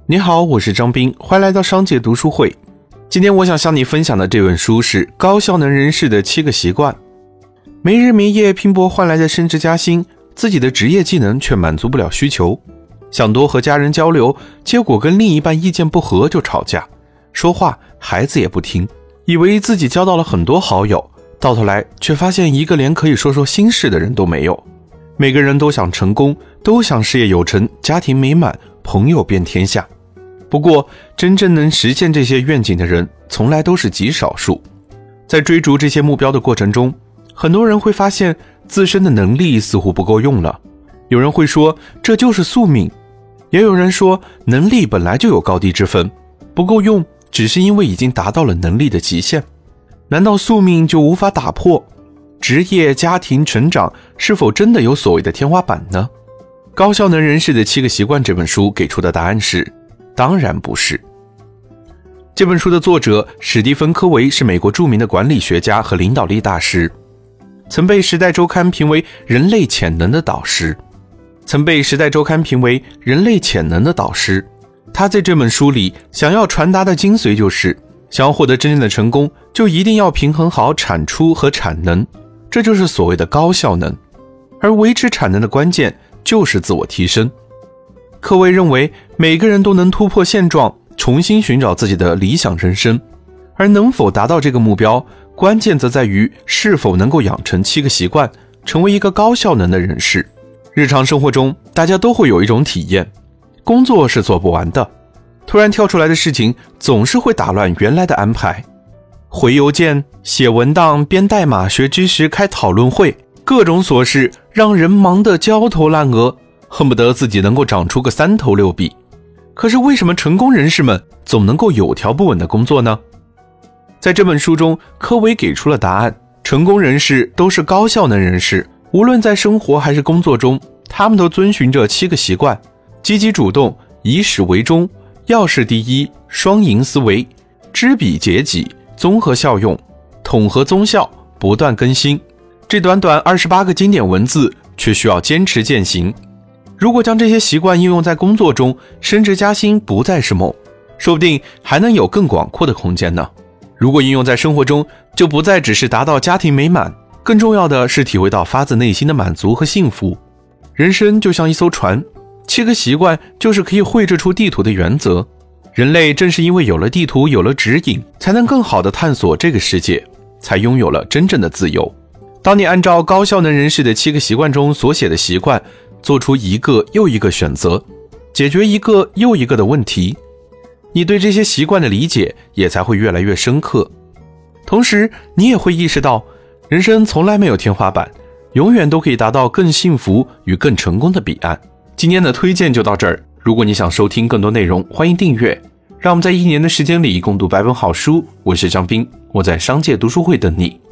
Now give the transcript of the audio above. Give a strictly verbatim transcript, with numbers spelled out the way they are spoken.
你好，我是张斌，欢迎来到商界读书会。今天我想向你分享的这本书是《高效能人士的七个习惯》。没日没夜拼搏换来的升职加薪，自己的职业技能却满足不了需求，想多和家人交流，结果跟另一半意见不合就吵架，说话孩子也不听，以为自己交到了很多好友，到头来却发现一个连可以说说心事的人都没有。每个人都想成功，都想事业有成，家庭美满，朋友遍天下。不过真正能实现这些愿景的人从来都是极少数。在追逐这些目标的过程中，很多人会发现自身的能力似乎不够用了。有人会说这就是宿命，也有人说能力本来就有高低之分，不够用只是因为已经达到了能力的极限。难道宿命就无法打破？职业、家庭、成长是否真的有所谓的天花板呢？高效能人士的七个习惯这本书给出的答案是当然不是。这本书的作者史蒂芬·科维是美国著名的管理学家和领导力大师，曾被《时代周刊》评为人类潜能的导师。曾被《时代周刊》评为人类潜能的导师。他在这本书里想要传达的精髓就是，想要获得真正的成功，就一定要平衡好产出和产能，这就是所谓的高效能。而维持产能的关键就是自我提升。科维认为每个人都能突破现状，重新寻找自己的理想人生，而能否达到这个目标，关键则在于是否能够养成七个习惯，成为一个高效能的人士。日常生活中，大家都会有一种体验，工作是做不完的，突然跳出来的事情总是会打乱原来的安排。回邮件、写文档、编代码、学知识、开讨论会，各种琐事让人忙得焦头烂额，恨不得自己能够长出个三头六臂。可是为什么成功人士们总能够有条不紊的工作呢？在这本书中，科维给出了答案。成功人士都是高效能人士，无论在生活还是工作中，他们都遵循着七个习惯：积极主动、以始为终、要事第一、双赢思维、知彼解己、综合效用、统合综效、不断更新。这短短二十八个经典文字，却需要坚持践行。如果将这些习惯应用在工作中，升职加薪不再是梦，说不定还能有更广阔的空间呢。如果应用在生活中，就不再只是达到家庭美满，更重要的是体会到发自内心的满足和幸福。人生就像一艘船，七个习惯就是可以绘制出地图的原则。人类正是因为有了地图，有了指引，才能更好地探索这个世界，才拥有了真正的自由。当你按照高效能人士的七个习惯中所写的习惯，做出一个又一个选择，解决一个又一个的问题，你对这些习惯的理解也才会越来越深刻。同时你也会意识到，人生从来没有天花板，永远都可以达到更幸福与更成功的彼岸。今天的推荐就到这儿，如果你想收听更多内容，欢迎订阅。让我们在一年的时间里共读百本好书。我是张斌，我在商界读书会等你。